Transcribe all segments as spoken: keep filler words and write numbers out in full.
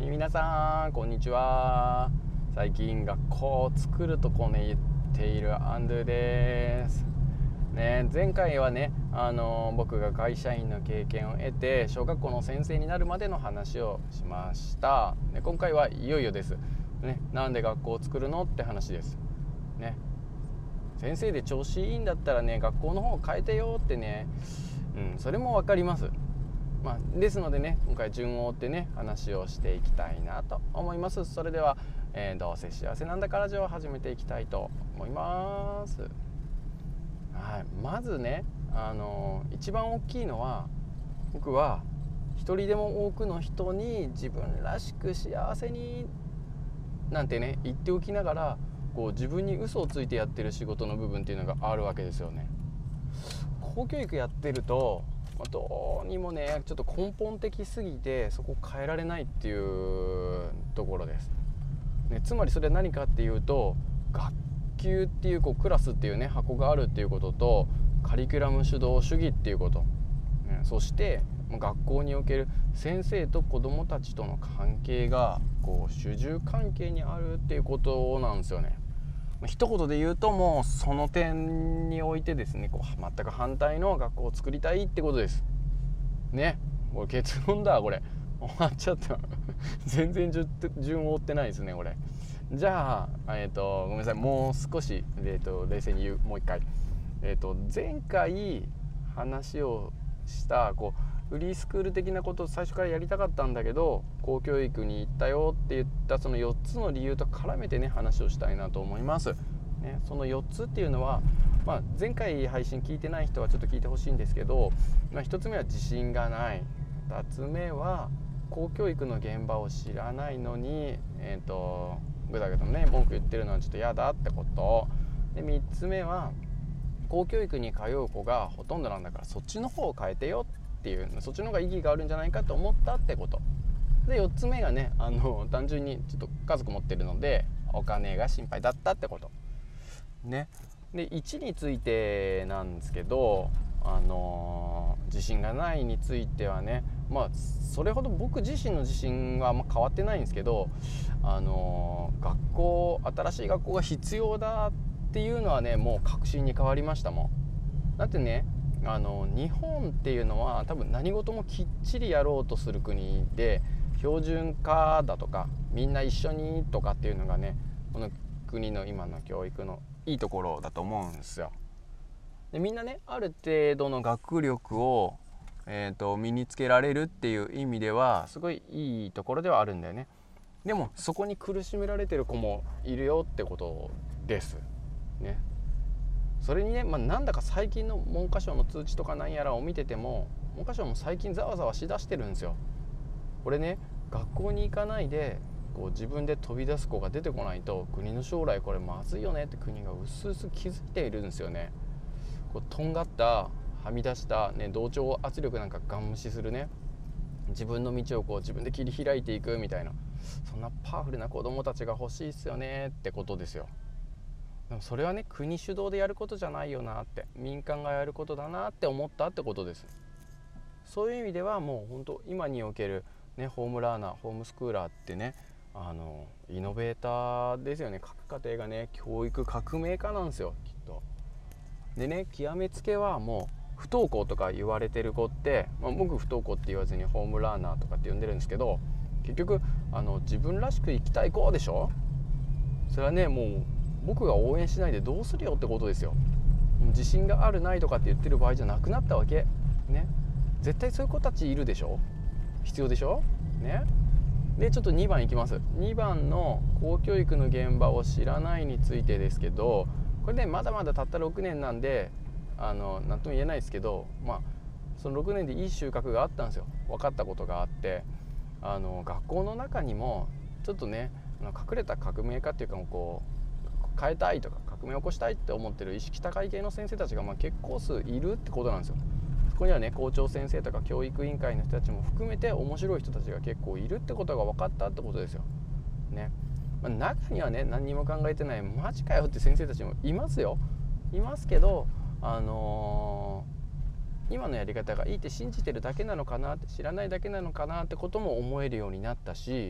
皆さんこんにちは。最近学校を作るとこね言っているアンドゥですね。前回はねあの僕が会社員の経験を得て小学校の先生になるまでの話をしました、ね、今回はいよいよです、ね、なんで学校を作るのって話ですね。先生で調子いいんだったらね学校の方を変えてよってね、うん、それも分かります。まあ、ですのでね今回順を追ってね話をしていきたいなと思います。それでは、えー、どうせ幸せなんだからじを始めていきたいと思います。はい、まずね、あのー、一番大きいのは僕は一人でも多くの人に自分らしく幸せになんてね言っておきながらこう自分に嘘をついてやってる仕事の部分っていうのがあるわけですよね。公教育やってるとどうにもねちょっと根本的すぎてそこを変えられないっていうところです、ね、つまりそれは何かっていうと学級っていう、こうクラスっていうね箱があるっていうこととカリキュラム主導主義っていうこと、ね、そして学校における先生と子どもたちとの関係がこう主従関係にあるっていうことなんですよね。一言で言うともうその点においてですねこう全く反対の学校を作りたいってことですね。これ結論だ。これ終わっちゃった全然順を追ってないですねこれ。じゃあ、えーと、ごめんなさいもう少し、えーと、冷静に言うもう一回、えーと、前回話をしたこうフリースクール的なことを最初からやりたかったんだけど公教育に行ったよって言ったそのよっつの理由と絡めてね話をしたいなと思います、ね、そのよっつっていうのは、まあ、前回配信聞いてない人はちょっと聞いてほしいんですけど、まあ、ひとつめは自信がない、ふたつめは公教育の現場を知らないのに、えーと、ぐだぐだね文句言ってるのはちょっと嫌だってことで、みっつめは公教育に通う子がほとんどなんだからそっちの方を変えてよっていう、そっちの方が意義があるんじゃないかと思ったってことで、よっつめがねあの単純にちょっと家族持ってるのでお金が心配だったってことね。でいちについてなんですけど、あのー、自信がないについてはねまあそれほど僕自身の自信はあんま変わってないんですけど、あのー、学校新しい学校が必要だっていうのはねもう確信に変わりましたもん。だってねあの日本っていうのは多分何事もきっちりやろうとする国で標準化だとかみんな一緒にとかっていうのがねこの国の今の教育のいいところだと思うんですよ。でみんなねある程度の学力を、えーと、身につけられるっていう意味ではすごいいいところではあるんだよね。でもそこに苦しめられてる子もいるよってことですね。それにね、まあ、なんだか最近の文科省の通知とかなんやらを見てても文科省も最近ざわざわしだしてるんですよ。これね学校に行かないでこう自分で飛び出す子が出てこないと国の将来これまずいよねって国がうすうす気づいているんですよね。こうとんがったはみ出した、ね、同調圧力なんかガン無視するね自分の道をこう自分で切り開いていくみたいなそんなパワフルな子どもたちが欲しいっすよねってことですよ。でもそれはね国主導でやることじゃないよなって民間がやることだなって思ったってことです。そういう意味ではもう本当今における、ね、ホームラーナーホームスクーラーってねあのイノベーターですよね。各家庭がね教育革命家なんですよきっと。でね極めつけはもう不登校とか言われてる子って、まあ、僕不登校って言わずにホームラーナーとかって呼んでるんですけど結局あの自分らしく生きたい子でしょ。それはねもう僕が応援しないでどうするよってことですよ。自信があるないとかって言ってる場合じゃなくなったわけね。絶対そういう子たちいるでしょ。必要でしょね。でちょっとにばんいきます。にばんの公教育の現場を知らないについてですけどこれねまだまだたったろくねんなんであの何とも言えないですけどまあそのろくねんでいい収穫があったんですよ。分かったことがあってあの学校の中にもちょっとね隠れた革命家っていうかこう変えたいとか革命を起こしたいって思ってる意識高い系の先生たちがまあ結構数いるってことなんですよ。そこにはね校長先生とか教育委員会の人たちも含めて面白い人たちが結構いるってことが分かったってことですよね。まあ、中にはね何にも考えてないマジかよって先生たちもいますよいますけどあのー、今のやり方がいいって信じてるだけなのかなって知らないだけなのかなってことも思えるようになったし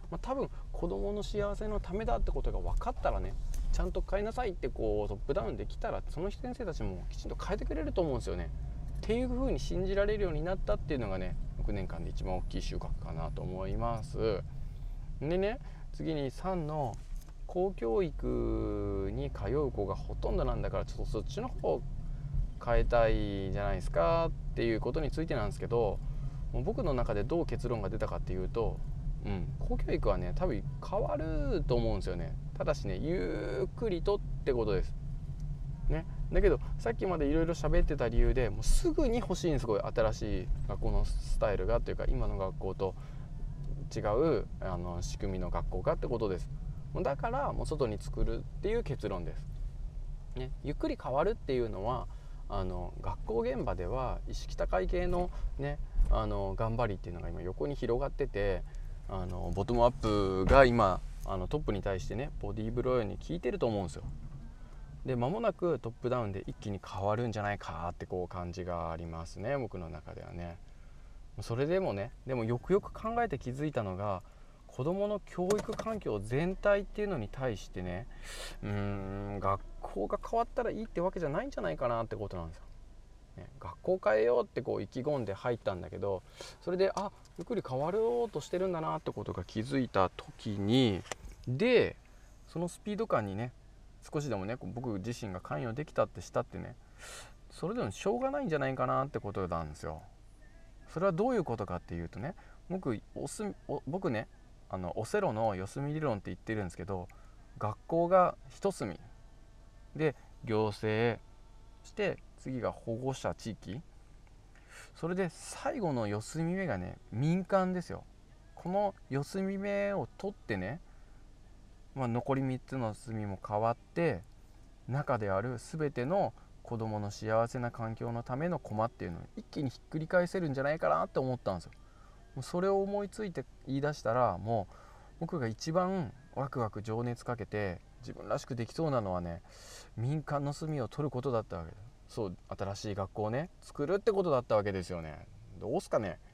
まあ、多分子供の幸せのためだってことが分かったらね、ちゃんと変えなさいってこうトップダウンできたら、その先生たちもきちんと変えてくれると思うんですよね。っていう風に信じられるようになったっていうのがね、ろくねんかんで一番大きい収穫かなと思います。でね、次にさんの公教育に通う子がほとんどなんだから、ちょっとそっちの方変えたいじゃないですかっていうことについてなんですけど、もう僕の中でどう結論が出たかっていうと、うん、公教育はね多分変わると思うんですよね。ただしね、ゆっくりとってことですね。だけどさっきまでいろいろ喋ってた理由でもうすぐに欲しいんです。すごい新しい学校のスタイルがというか、今の学校と違うあの仕組みの学校がってことです。だからもう外に作るっていう結論です、ね。ゆっくり変わるっていうのは、あの学校現場では意識高い系のね、あの頑張りっていうのが今横に広がってて、あのボトムアップが今あのトップに対してねボディーブローに効いてると思うんですよ。で間もなくトップダウンで一気に変わるんじゃないかってこう感じがありますね、僕の中ではね。それでもね、でもよくよく考えて気づいたのが、子どもの教育環境全体っていうのに対してね、うーん学校が変わったらいいってわけじゃないんじゃないかなってことなんですよ、ね。学校変えようってこう意気込んで入ったんだけど、それであゆっくり変わろうとしてるんだなってことが気づいた時に、でそのスピード感にね少しでもね僕自身が関与できたってしたってね、それでもしょうがないんじゃないかなってことなんですよ。それはどういうことかっていうとね、僕おすお僕ねあのオセロの四隅理論って言ってるんですけど、学校が一隅で行政して次が保護者地域、それで最後の四隅目がね民間ですよ。この四隅目を取ってね、まあ、残りみっつの隅も変わって中である全ての子どもの幸せな環境のためのコマっていうのを一気にひっくり返せるんじゃないかなって思ったんですよ。もうそれを思いついて言い出したら、もう僕が一番ワクワク情熱かけて自分らしくできそうなのはね、民間の隅を取ることだったわけです。そう、新しい学校をね作るってことだったわけですよね。どうすかね、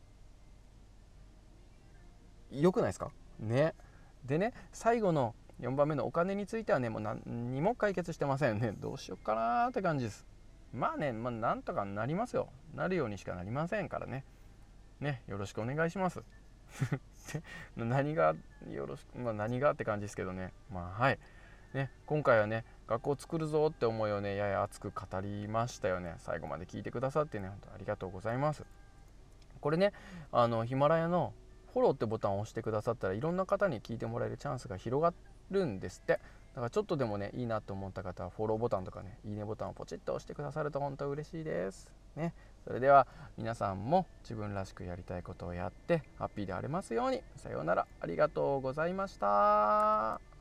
良くないですかね。でね、最後のよんばんめのお金についてはねもう何にも解決してませんね。どうしようかなって感じです。まあね、まあ、なんとかなりますよ。なるようにしかなりませんからね。ね、よろしくお願いします何がよろしく、まあ、何がって感じですけどね。まあはいね、今回はね学校を作るぞって思いをねやや熱く語りましたよね。最後まで聞いてくださってね本当ありがとうございます。これね、あのヒマラヤのフォローってボタンを押してくださったらいろんな方に聞いてもらえるチャンスが広がるんですって。だからちょっとでもねいいなと思った方はフォローボタンとかねいいねボタンをポチッと押してくださると本当嬉しいですね。それでは皆さんも自分らしくやりたいことをやってハッピーでありますように。さようなら。ありがとうございました。